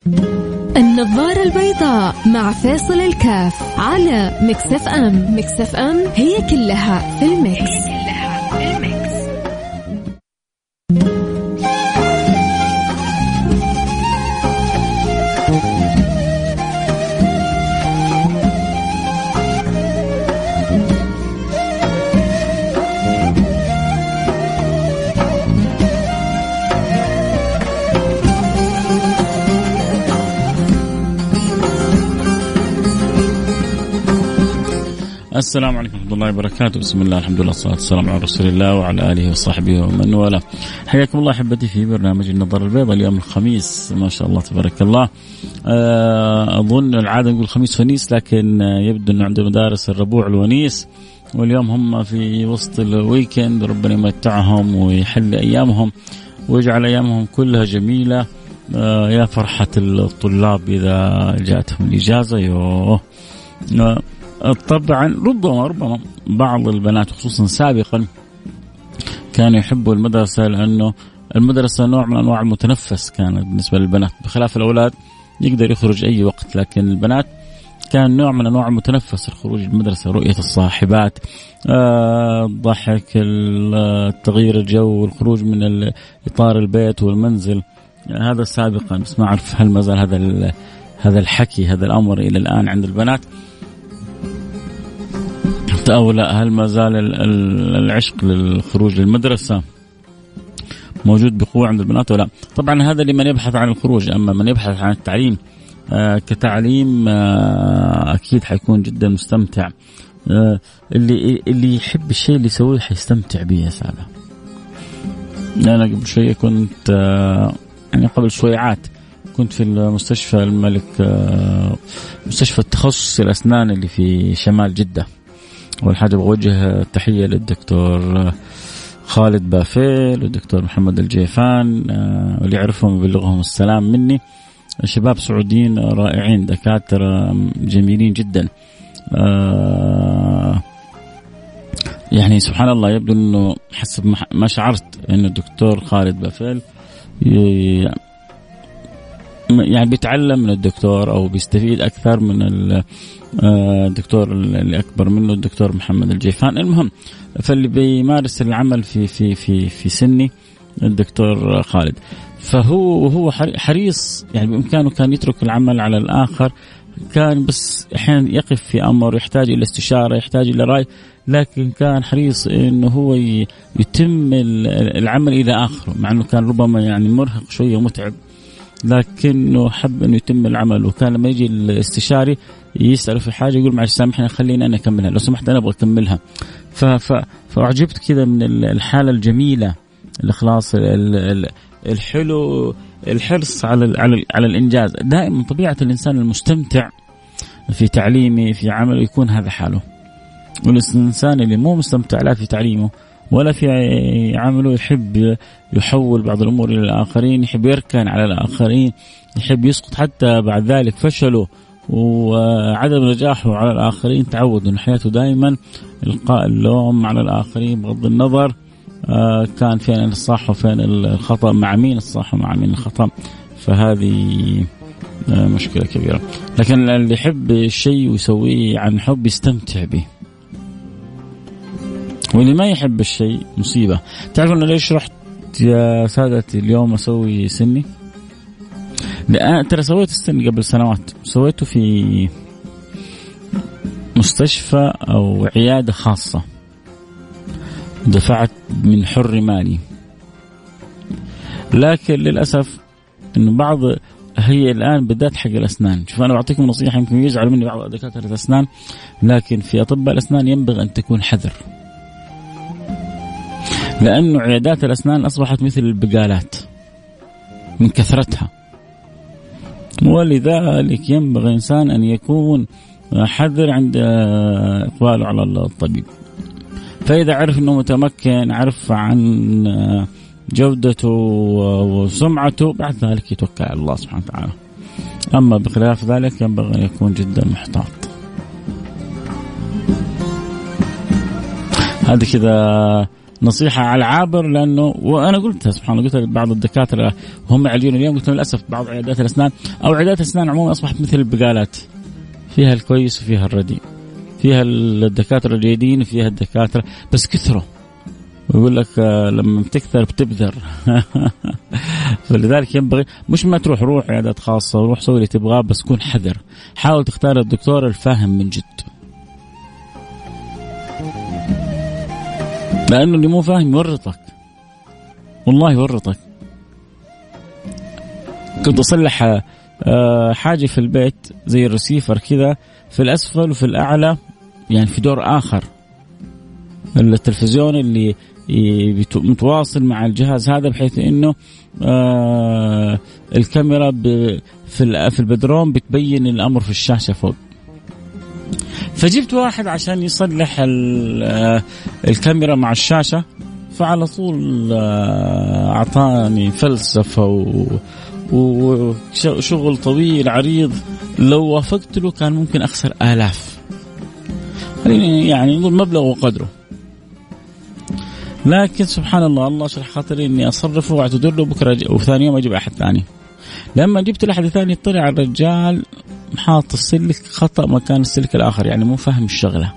النظارة البيضاء مع فاصل الكاف على ميكس اف ام. ميكس اف ام هي كلها في الميكس. السلام عليكم ورحمة الله وبركاته. بسم الله الحمد لله والصلاة والسلام على رسول الله وعلى آله وصحبه ومن والاه. حياكم الله أحبتي في برنامج النظارة البيضاء. اليوم الخميس ما شاء الله تبارك الله. أظن العادة نقول خميس ونيس، لكن يبدو أنه عند مدارس الربوع الونيس، واليوم هم في وسط الويكند. ربنا يمتعهم ويحل أيامهم ويجعل أيامهم كلها جميلة. يا فرحة الطلاب إذا جاءتهم الإجازة. طبعا ربما بعض البنات خصوصا سابقا كانوا يحبوا المدرسة، لأنه المدرسة نوع من أنواع المتنفس كانت بالنسبة للبنات، بخلاف الأولاد يقدر يخرج أي وقت، لكن البنات كان نوع من أنواع المتنفس، الخروج المدرسة، رؤية الصاحبات، الضحك، التغيير الجو، الخروج من إطار البيت والمنزل. هذا سابقا، بس ما أعرف هل ما زال هذا الحكي، هذا الأمر إلى الآن عند البنات أو لا؟ هل ما زال العشق للخروج للمدرسة موجود بقوة عند البنات ولا؟ طبعا هذا لمن يبحث عن الخروج. أما من يبحث عن التعليم كتعليم أكيد حيكون جدا مستمتع. اللي يحب الشيء اللي يسويه حيستمتع به يا سادة. أنا قبل شوية كنت يعني قبل شويعات كنت في المستشفى الملك، مستشفى التخصص الأسنان اللي في شمال جدة. أول حاجة بوجه تحية للدكتور خالد بافيل والدكتور محمد الجيفان، واللي يعرفهم يبلغهم السلام مني. شباب سعوديين رائعين، دكاترة جميلين جدا. يعني سبحان الله، يبدو أنه حسب ما شعرت أنه الدكتور خالد بافيل يعني بيتعلم من الدكتور أو بيستفيد أكثر من الدكتور اللي أكبر منه، الدكتور محمد الجيفان. المهم، فاللي بيمارس العمل في سني الدكتور خالد، فهو حريص، يعني بإمكانه كان يترك العمل على الآخر، كان بس أحيانا يقف في أمر يحتاج إلى استشارة، يحتاج إلى رأي، لكن كان حريص إنه هو يتم العمل إلى آخره، مع إنه كان ربما يعني مرهق شوية ومتعب، لكنه حب أنه يتم العمل. وكان لما يجي الاستشاري يسأله في حاجة يقول معلش سامحني خليني أنا أكملها، لو سمحت أنا أبغى أكملها. فأعجبت كذا من الحالة الجميلة، الإخلاص، الحلو، الحرص على الإنجاز. دائما طبيعة الإنسان المستمتع في تعليمه في عمله يكون هذا حاله، والإنسان اللي مو مستمتع لا في تعليمه ولا في عمله يحب يحول بعض الأمور إلى الآخرين، يحب يركن على الآخرين، يحب يسقط حتى بعد ذلك فشله وعدم نجاحه على الآخرين. تعود أن حياته دائما إلقاء اللوم على الآخرين بغض النظر كان فين الصح وفين الخطأ، مع مين الصح ومع مين الخطأ. فهذه مشكلة كبيرة. لكن اللي يحب الشيء ويسويه عن حب يستمتع به، واللي ما يحب الشيء مصيبة. تعرفون ليش رحت يا سادتي اليوم أسوي سني؟ لأن ترى سويت السن قبل سنوات، سويته في مستشفى أو عيادة خاصة، دفعت من حر مالي. لكن للأسف إنه بعض هي الآن بدأت حق الأسنان. شوف أنا بعطيكم نصيحة يمكن يزعل مني بعض دكاترة الأسنان، لكن في أطباء الأسنان ينبغي أن تكون حذر، لأنه عيادات الأسنان أصبحت مثل البقالات من كثرتها، ولذلك ينبغي الإنسان أن يكون حذر عند إقباله على الطبيب. فإذا عرف أنه متمكن، عرف عن جودته وسمعته، بعد ذلك يتوكل على الله سبحانه وتعالى. أما بخلاف ذلك ينبغي أن يكون جدا محتاط. هذا كذا نصيحة على العابر، لأنه وأنا قلتها سبحان الله، قلتها بعض الدكاترة وهم يعالجون اليوم، قلت للأسف بعض عيادات الأسنان أو عيادات الأسنان عموما أصبحت مثل البقالات، فيها الكويس وفيها الرديء، فيها الدكاترة الجيدين وفيها الدكاترة بس كثروا، ويقول لك لما بتكثر بتبذر. فلذلك ينبغي مش ما روح عيادات خاصة وروح سوي اللي تبغاه، بس كون حذر، حاول تختار الدكتور الفاهم من جد، لأنه اللي مو فاهم يورطك، والله يورطك. كنت أصلح حاجة في البيت زي الرسيفر كذا في الأسفل وفي الأعلى، يعني في دور آخر، التلفزيون اللي متواصل مع الجهاز هذا، بحيث إنه الكاميرا في البدروم بتبين الأمر في الشاشة فوق. فجبت واحد عشان يصلح الكاميرا مع الشاشة، فعلى طول أعطاني فلسفة وشغل طويل عريض، لو وافقت له كان ممكن أخسر آلاف، يعني نقول مبلغ وقدره. لكن سبحان الله، الله شرح خاطري إني أصرفه واعتذر له بكرة وثاني يوم أجيب أحد ثاني. لما جبت لأحد ثاني طلع الرجال حاط السلك خطأ مكان السلك الآخر، يعني مو فاهم الشغلة.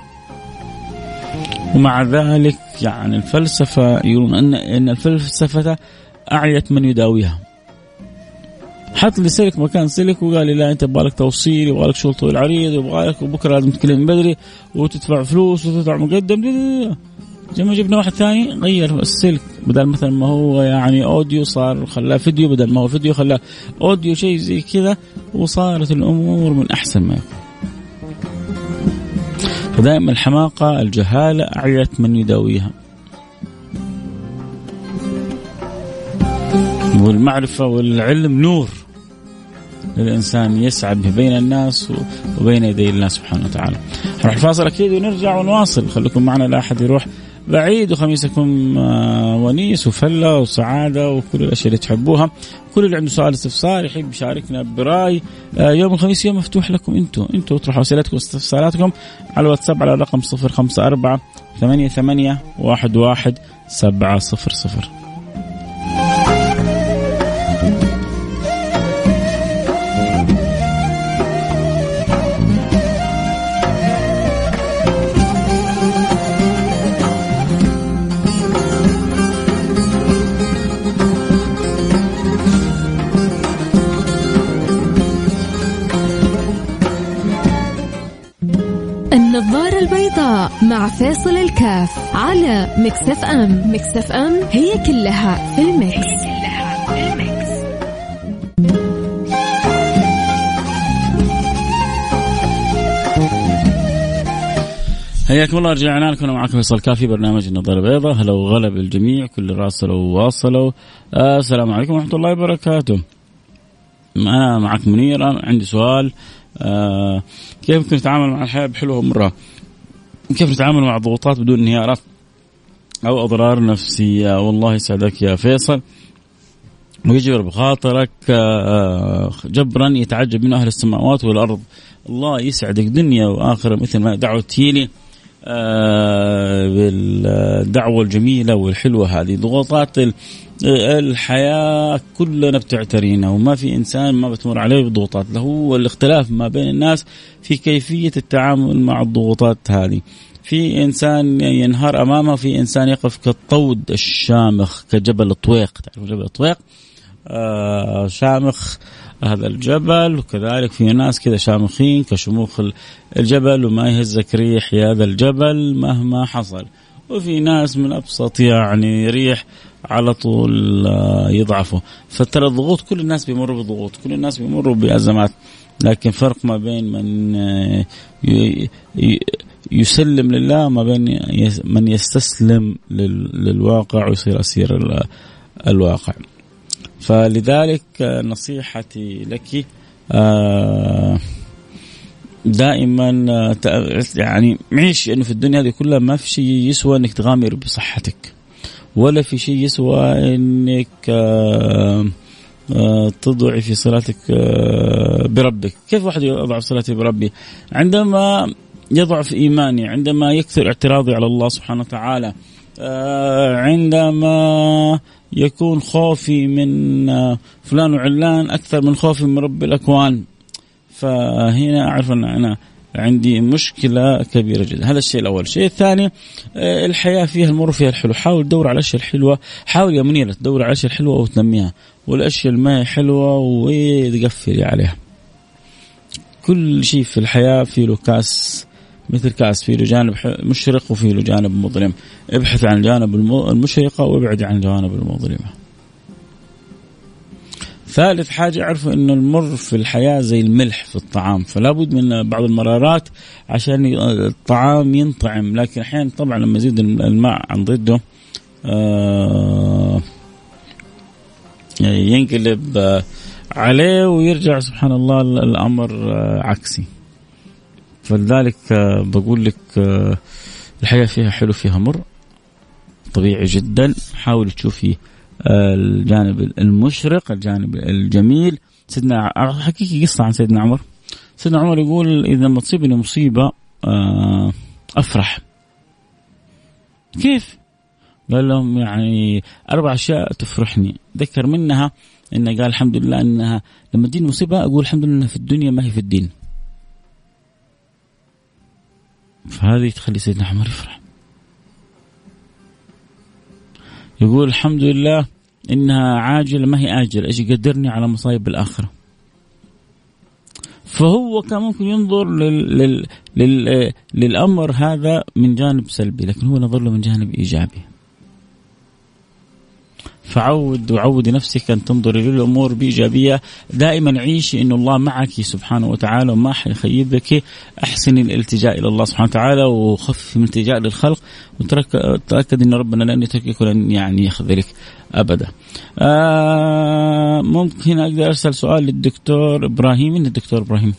ومع ذلك يعني الفلسفة يقولون إن الفلسفة أعيت من يداويها. حط لي سلك مكان سلك وقال لي لا أنت بالك توصيل وبالك شغل طويل عريض وبالك وبكرة لازم تكلم بدري وتدفع فلوس وتدفع مقدم. لما جبنا واحد ثاني غير السلك، بدل مثلا ما هو يعني أوديو صار خلاه فيديو، بدل ما هو فيديو خلاه أوديو، شيء زي كذا، وصارت الأمور من أحسن ما يكون. فدائما الحماقة الجهالة أعيت من يداويها، والمعرفة والعلم نور للإنسان يسعد بين الناس وبين يدي الله سبحانه وتعالى. نروح الفاصل أكيد ونرجع ونواصل، خليكم معنا لا أحد يروح بعيد، وخميسكم ونيس وفلة وسعادة وكل الأشياء اللي تحبوها. كل اللي عنده سؤال استفسار يحب يشاركنا برأي، يوم الخميس يوم مفتوح لكم، انتوا تروحوا أسئلتكم واستفساراتكم على الواتساب على رقم 0548811700. النظارة البيضاء مع فاصل الكاف على مكسف أم. مكسف أم هي كلها في المكس. حياكم الله، رجعنا لكم معكم فيصل كافي، برنامج النظارة البيضاء. هلا وغلب الجميع، كل راسلوا وواصلوا. السلام عليكم ورحمة الله وبركاته. أنا معك منير. أنا عندي سؤال، كيف ممكن نتعامل مع الحياة بحلوها ومرها؟ كيف نتعامل مع الضغوطات بدون انهيارات أو أضرار نفسية؟ والله يسعدك يا فيصل ويجبر بخاطرك جبرا يتعجب من أهل السماوات والأرض. الله يسعدك دنيا وآخرة، مثل ما دعوتي لي بالدعوة الجميلة والحلوة هذه. ضغوطات الحياة كلنا بتعترينا، وما في إنسان ما بتمر عليه بضغوطات، له والاختلاف ما بين الناس في كيفية التعامل مع الضغوطات هذه. في إنسان ينهار أمامه، في إنسان يقف كالطود الشامخ كجبل الطويق. تعرفوا جبل الطويق؟ شامخ هذا الجبل، وكذلك في ناس كذا شامخين كشموخ الجبل وما يهزك ريح هذا الجبل مهما حصل. وفي ناس من أبسط يعني ريح على طول يضعفوا. فترى الضغوط كل الناس بيمروا بضغوط، كل الناس بيمروا بأزمات، لكن فرق ما بين من يسلم لله وما بين من يستسلم للواقع ويصير أسير الواقع. فلذلك نصيحتي لك دائما يعني عيش انه في الدنيا هذه كلها ما في شيء يسوى انك تغامر بصحتك، ولا في شيء يسوى انك تضعف في صلاتك بربك. كيف واحد يضعف صلاته بربي؟ عندما يضعف إيماني، عندما يكثر اعتراضي على الله سبحانه وتعالى، عندما يكون خوفي من فلان وعلان أكثر من خوفي من رب الأكوان، فهنا أعرف أن أنا عندي مشكلة كبيرة جدا. هذا الشيء الأول. الشيء الثاني، الحياة فيها المر فيها الحلو. حاول تدور على الأشياء الحلوة، حاول يا منيرة تدور على الأشياء الحلوة وتنميها، والأشياء ما حلوة وتقفلي عليها. كل شيء في الحياة فيه له كاس، مثل كاس فيه له جانب مشرق وفيه له جانب مظلم. ابحث عن الجانب المشرقة وابعد عن الجوانب المظلمة. ثالث حاجة، اعرفوا أن المر في الحياة زي الملح في الطعام، فلا بد من بعض المرارات عشان الطعام ينطعم، لكن أحيانا طبعا لما يزيد الماء عن ضده ينقلب عليه ويرجع سبحان الله الأمر عكسي. فلذلك بقول لك الحياة فيها حلو فيها مر، طبيعي جدا. حاول تشوفي الجانب المشرق، الجانب الجميل. سيدنا حكيكي قصة عن سيدنا عمر. سيدنا عمر يقول إذا ما تصيبني مصيبة أفرح. كيف؟ قال لهم يعني 4 أشياء تفرحني. ذكر منها إنه قال الحمد لله إنها لما تجيني مصيبة أقول الحمد لله إنها في الدنيا ما هي في الدين. فهذه تخلي سيدنا عمر يفرح. يقول الحمد لله إنها عاجلة ما هي آجلة، إيش يقدرني على مصايب الآخرة. فهو كان ممكن ينظر للأمر هذا من جانب سلبي، لكن هو نظر له من جانب إيجابي. وعودي نفسك أن تنظري للأمور بإيجابية. دائما عيشي إن الله معك سبحانه وتعالى وما حيخيبك. أحسن الالتجاء إلى الله سبحانه وتعالى وخفف من الالتجاء للخلق، وتأكد إن ربنا لن يتركك ولن يعني يخذلك أبدا. ممكن أقدر أرسل سؤال للدكتور إبراهيم؟ إن الدكتور إبراهيم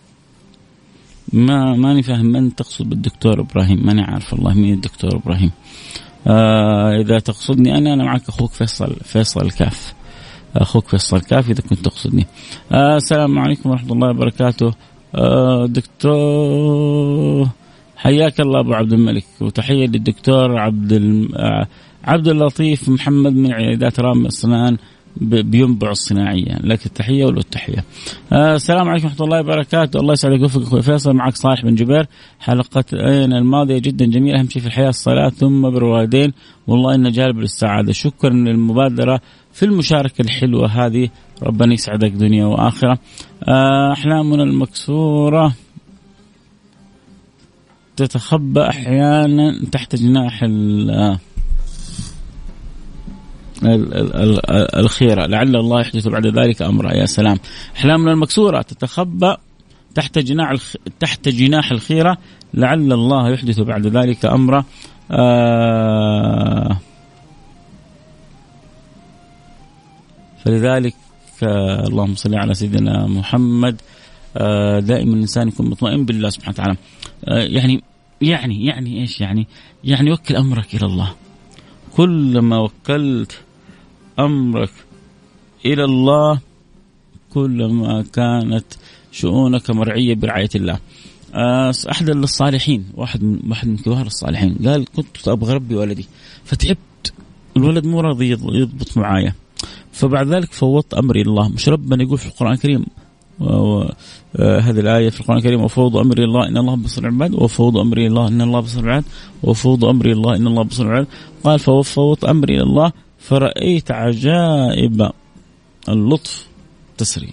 ماني فاهم من تقصد بالدكتور إبراهيم، ماني عارف والله مين الدكتور إبراهيم. إذا تقصدني أنا معك أخوك فيصل الكاف، أخوك فيصل الكاف إذا كنت تقصدني. السلام عليكم ورحمة الله وبركاته. دكتور حياك الله أبو عبد الملك، وتحية للدكتور عبد اللطيف محمد من عيادات رام الأسنان بينبع الصناعية، لك التحية ولو التحية. السلام عليكم ورحمة الله وبركاته. الله يسعدك ويوفقك أخوي فيصل. معك صالح بن جبير. حلقة الماضية جدا جميلة. أهم شيء في الحياة الصلاة ثم بر الوالدين، والله إنه جالب للسعادة. شكرا للمبادرة في المشاركة الحلوة هذه، ربنا يسعدك دنيا وآخرة. أحلامنا المكسورة تتخبى أحيانا تحت جناح الخيرة، لعل الله يحدث بعد ذلك أمرا. يا سلام. أحلامنا المكسورة تتخبى تحت جناح الخيرة، لعل الله يحدث بعد ذلك أمرا. فلذلك اللهم صل على سيدنا محمد. دائما الإنسان يكون مطمئن بالله سبحانه وتعالى. يعني إيش يعني وكل أمرك إلى الله. كلما وكلت أمرك إلى الله كلما كانت شؤونك مرعية برعاية الله. أحد الصالحين، واحد من كبار الصالحين، قال كنت أبغى ربي ولدي فتعبت، الولد مو راضي يضبط معايا، فبعد ذلك فوضت أمري الله. مش ربنا يقول في القرآن الكريم هذه الآية في القرآن الكريم: وفوض أمري الله إن الله بصير العباد، وفوض أمري الله إن الله بصير العباد، وفوض أمري الله إن الله بصير العباد. قال فوضت أمري إلى الله فرأيت عجائب اللطف تسري.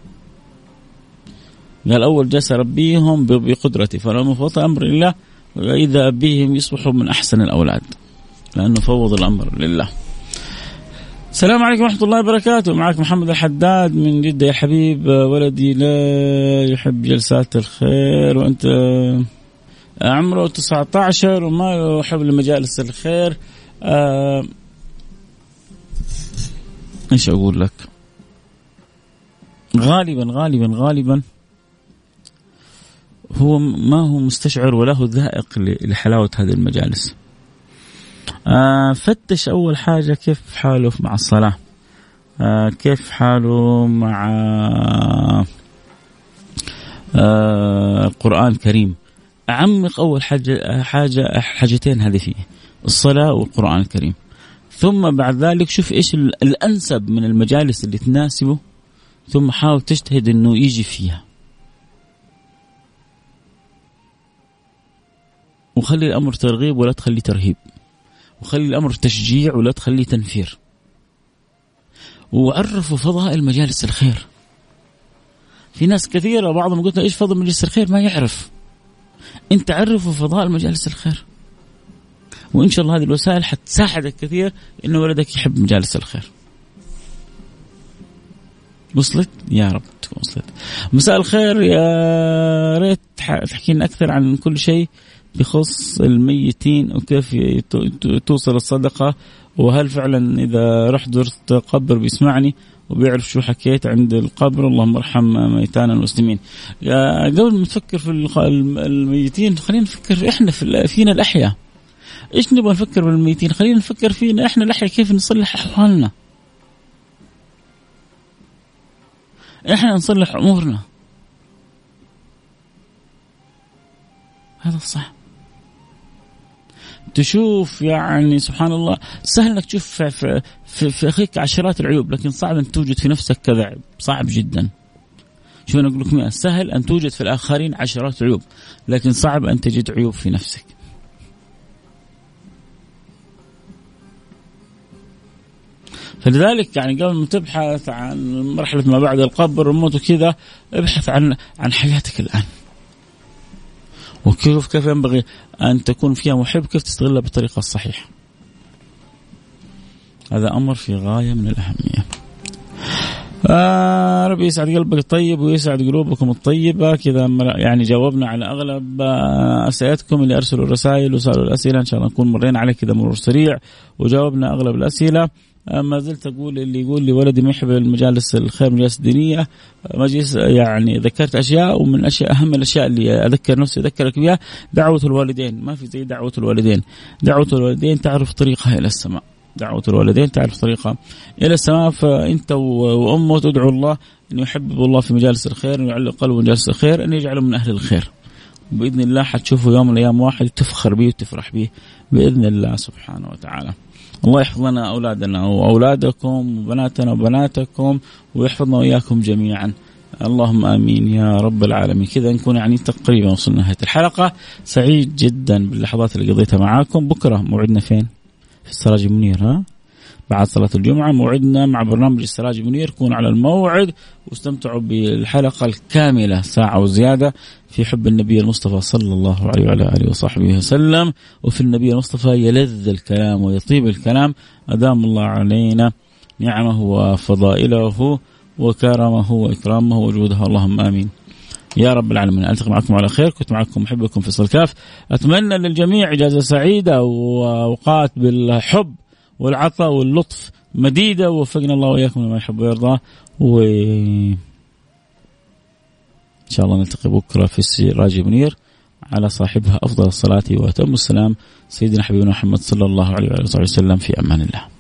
قال أول جلس ربيهم بقدرتي، فلما فوض أمري الله إذا بهم يصبحوا من أحسن الأولاد، لأنه فوض الأمر لله. السلام عليكم ورحمة الله وبركاته. معك محمد الحداد من جدة. يا حبيب ولدي لا يحب جلسات الخير، وأنت عمره 19 وما يحب لمجالس الخير. إيش أقول لك؟ غالبا هو ما هو مستشعر ولا هو ذائق لحلاوة هذه المجالس. فتش أول حاجة كيف حاله مع الصلاة، كيف حاله مع القرآن الكريم. أعمق أول حاجتين هذه فيه. الصلاة والقرآن الكريم. ثم بعد ذلك شوف إيش الأنسب من المجالس اللي تناسبه، ثم حاول تجتهد إنه يجي فيها، وخلي الأمر ترغيب ولا تخلي ترهيب، وخلي الأمر تشجيع ولا تخلي تنفير. وعرفوا فضائل مجالس الخير. في ناس كثيرة بعضهم قلت إيش فضل مجلس الخير ما يعرف. أنت عرفوا فضائل مجالس الخير، وإن شاء الله هذه الوسائل حتساعدك كثير إنه ولدك يحب مجالس الخير. وصلت؟ يا رب تكون وصلت. مساء الخير، يا ريت تحكي لنا أكثر عن كل شيء بخص الميتين وكيف توصل الصدقة، وهل فعلا إذا رحت زرت قبر بيسمعني وبيعرف شو حكيت عند القبر؟ اللهم ارحم ميتانا المسلمين. قبل ما نفكر في الميتين خلينا نفكر إحنا فينا الأحياء. إيش نبغى نفكر بالميتين؟ خلينا نفكر فينا إحنا الأحياء، كيف نصلح أحوالنا، إحنا نصلح أمورنا. هذا الصح. تشوف يعني سبحان الله سهل انك تشوف في اخيك عشرات العيوب، لكن صعب ان توجد في نفسك كذا عيب، صعب جدا. شو انا اقول لكم، سهل ان توجد في الاخرين عشرات عيوب، لكن صعب ان تجد عيوب في نفسك. فلذلك يعني قبل ما تبحث عن مرحلة ما بعد القبر والموت وكذا، ابحث عن حياتك الآن، وكيف ينبغي أن تكون فيها محب، كيف تستغلها بالطريقة الصحيحة. هذا أمر في غاية من الأهمية. ربي يسعد قلبك الطيب ويسعد قلوبكم الطيبة. كذا يعني جاوبنا على أغلب أسئلتكم اللي أرسلوا الرسائل وسألوا الأسئلة، إن شاء الله نكون مرينا عليه كذا مرور سريع وجاوبنا أغلب الأسئلة. ما زلت أقول اللي يقول لي ولدي ما يحب المجالس الخير، مجالس الدينية، مجلس يعني ذكرت أشياء، ومن أهم الأشياء اللي أذكر نفسي أذكرك بها دعوة الوالدين. ما في زي دعوة الوالدين. دعوة الوالدين تعرف طريقها إلى السماء، دعوة الوالدين تعرف طريقها إلى السماء. فأنت وأمه تدعو الله أن يحبب الله في مجالس الخير، أن يعلق قلبه مجالس الخير، أن يجعله من أهل الخير، وبإذن الله حتشوفه يوم من الأيام واحد تفخر به وتفرح به بإذن الله سبحانه وتعالى. الله يحفظ لنا أولادنا وأولادكم وبناتنا وبناتكم، ويحفظنا وإياكم جميعا، اللهم آمين يا رب العالمين. كذا نكون يعني تقريبا وصلنا نهاية الحلقة. سعيد جدا باللحظات اللي قضيتها معاكم. بكرة موعدنا فين؟ في السراج منير، بعد صلاة الجمعة موعدنا مع برنامج السراج منير. كونوا على الموعد واستمتعوا بالحلقة الكاملة ساعة وزيادة في حب النبي المصطفى صلى الله عليه وعلى آله وصحبه وسلم. وفي النبي المصطفى يلذ الكلام ويطيب الكلام. أدام الله علينا نعمه وفضائله وكرمه وإكرامه وجوده، اللهم آمين يا رب العالمين. ألتقي معكم على خير. كنت معكم محبكم فيصل كاف. أتمنى للجميع إجازة سعيدة وأوقات بالحب والعطاء واللطف مديدة، ووفقنا الله وإياكم لما يحب ويرضى. وإن شاء الله نلتقي بكرة في السراج منير على صاحبها أفضل الصلاة وأتم السلام، سيدنا حبيبنا محمد صلى الله عليه وسلم. في أمان الله.